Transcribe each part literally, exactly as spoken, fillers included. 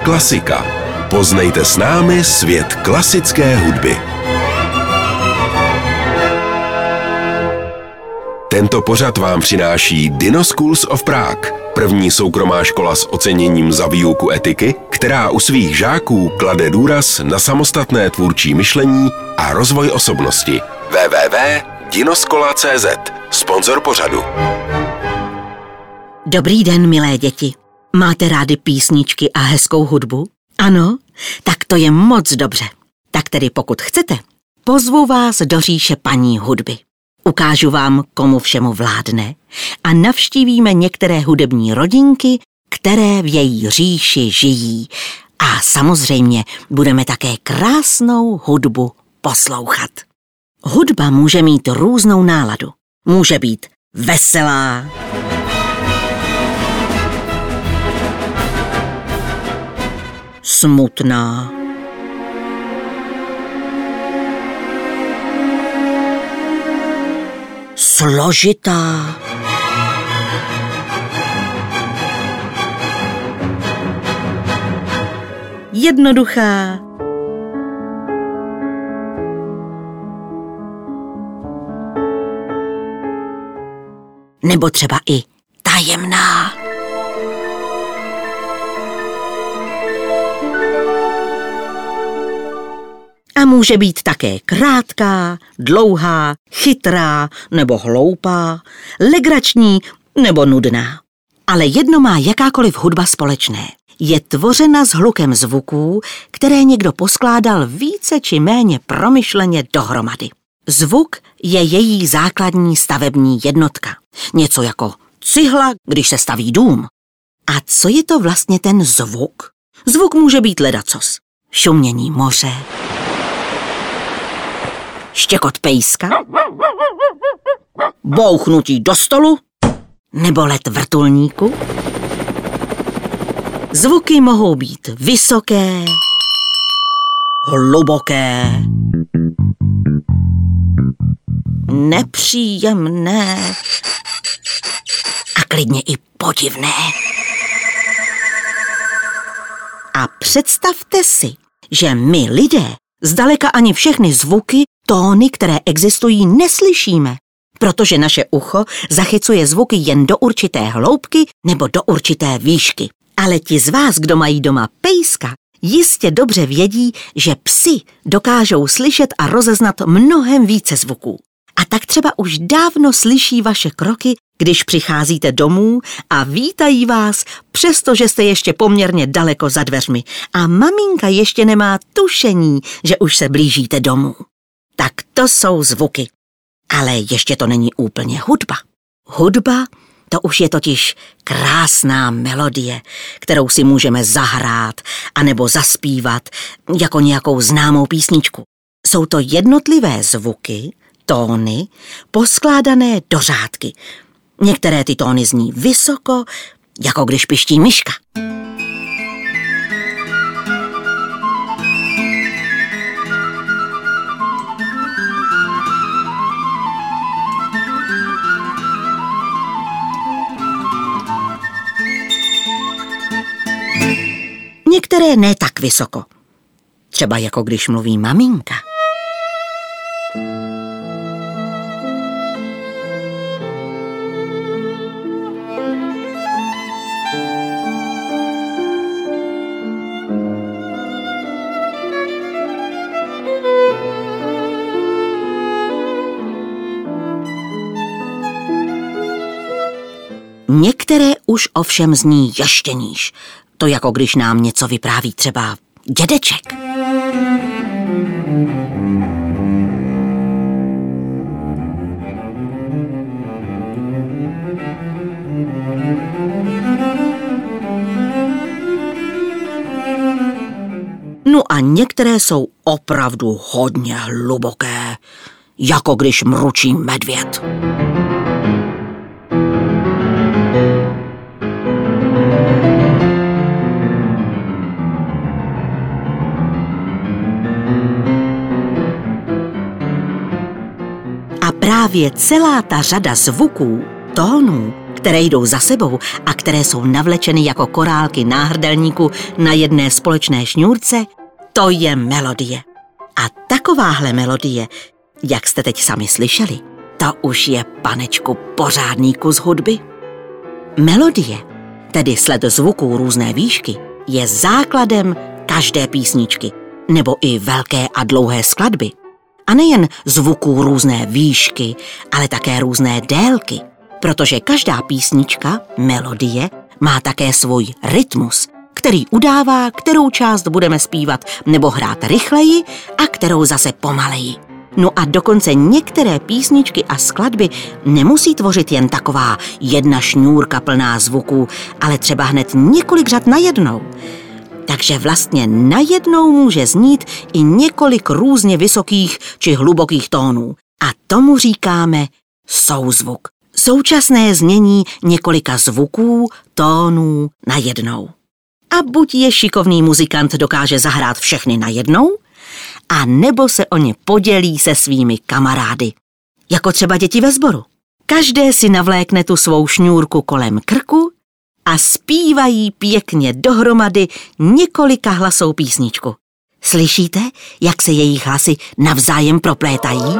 Klasika. Poznejte s námi svět klasické hudby. Tento pořad vám přináší Dino Schools of Prague, první soukromá škola s oceněním za výuku etiky, která u svých žáků klade důraz na samostatné tvůrčí myšlení a rozvoj osobnosti. w w w tečka dinoskola tečka c z, sponzor pořadu. Dobrý den, milé děti. Máte rády písničky a hezkou hudbu? Ano? Tak to je moc dobře. Tak tedy pokud chcete, pozvu vás do říše paní hudby. Ukážu vám, komu všemu vládne a navštívíme některé hudební rodinky, které v její říši žijí. A samozřejmě budeme také krásnou hudbu poslouchat. Hudba může mít různou náladu. Může být veselá, smutná, složitá, jednoduchá, nebo třeba i tajemná. A může být také krátká, dlouhá, chytrá nebo hloupá, legrační nebo nudná. Ale jedno má jakákoliv hudba společné. Je tvořena s hlukem zvuků, které někdo poskládal více či méně promyšleně dohromady. Zvuk je její základní stavební jednotka. Něco jako cihla, když se staví dům. A co je to vlastně ten zvuk? Zvuk může být ledacos. Šumění moře, štěkot pejska, bouchnutí do stolu nebo let vrtulníku. Zvuky mohou být vysoké, hluboké, nepříjemné a klidně i podivné. A představte si, že my lidé zdaleka ani všechny zvuky, tóny, které existují, neslyšíme, protože naše ucho zachycuje zvuky jen do určité hloubky nebo do určité výšky. Ale ti z vás, kdo mají doma pejska, jistě dobře vědí, že psi dokážou slyšet a rozeznat mnohem více zvuků. A tak třeba už dávno slyší vaše kroky, když přicházíte domů a vítají vás, přestože jste ještě poměrně daleko za dveřmi a maminka ještě nemá tušení, že už se blížíte domů. Tak to jsou zvuky. Ale ještě to není úplně hudba. Hudba, to už je totiž krásná melodie, kterou si můžeme zahrát anebo zaspívat jako nějakou známou písničku. Jsou to jednotlivé zvuky, tóny, poskládané do řádky. Některé ty tóny zní vysoko, jako když piští myška. Některé ne tak vysoko. Třeba jako když mluví maminka. Některé už ovšem zní ještě níž. To jako když nám něco vypráví třeba dědeček. No a některé jsou opravdu hodně hluboké, jako když mručí medvěd. A právě celá ta řada zvuků, tónů, které jdou za sebou a které jsou navlečeny jako korálky náhrdelníku na jedné společné šňůrce, to je melodie. A takováhle melodie, jak jste teď sami slyšeli, to už je, panečku, pořádný kus hudby. Melodie, tedy sled zvuků různé výšky, je základem každé písničky, nebo i velké a dlouhé skladby. A nejen zvuků různé výšky, ale také různé délky, protože každá písnička, melodie, má také svůj rytmus, který udává, kterou část budeme zpívat nebo hrát rychleji a kterou zase pomaleji. No a dokonce některé písničky a skladby nemusí tvořit jen taková jedna šňůrka plná zvuků, ale třeba hned několik řad najednou. Takže vlastně najednou může znít i několik různě vysokých či hlubokých tónů. A tomu říkáme souzvuk. Současné znění několika zvuků, tónů najednou. A buď je šikovný muzikant dokáže zahrát všechny najednou, a nebo se o ně podělí se svými kamarády. Jako třeba děti ve sboru. Každé si navlékne tu svou šňůrku kolem krku a zpívají pěkně dohromady několika hlasou písničku. Slyšíte, jak se jejich hlasy navzájem proplétají?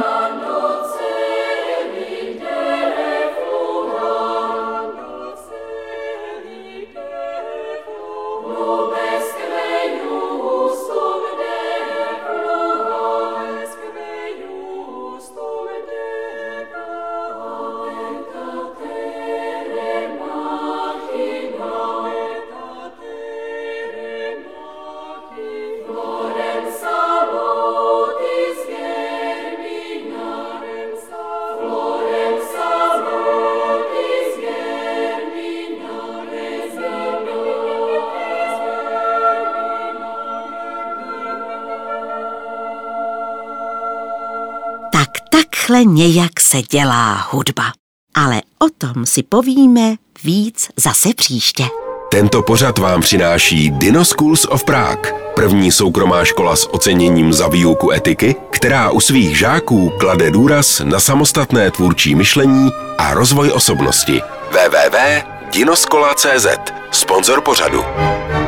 Takhle nějak se dělá hudba. Ale o tom si povíme víc zase příště. Tento pořad vám přináší Dino Schools of Prague, první soukromá škola s oceněním za výuku etiky, která u svých žáků klade důraz na samostatné tvůrčí myšlení a rozvoj osobnosti. w w w tečka dinoskola tečka cz, sponzor pořadu.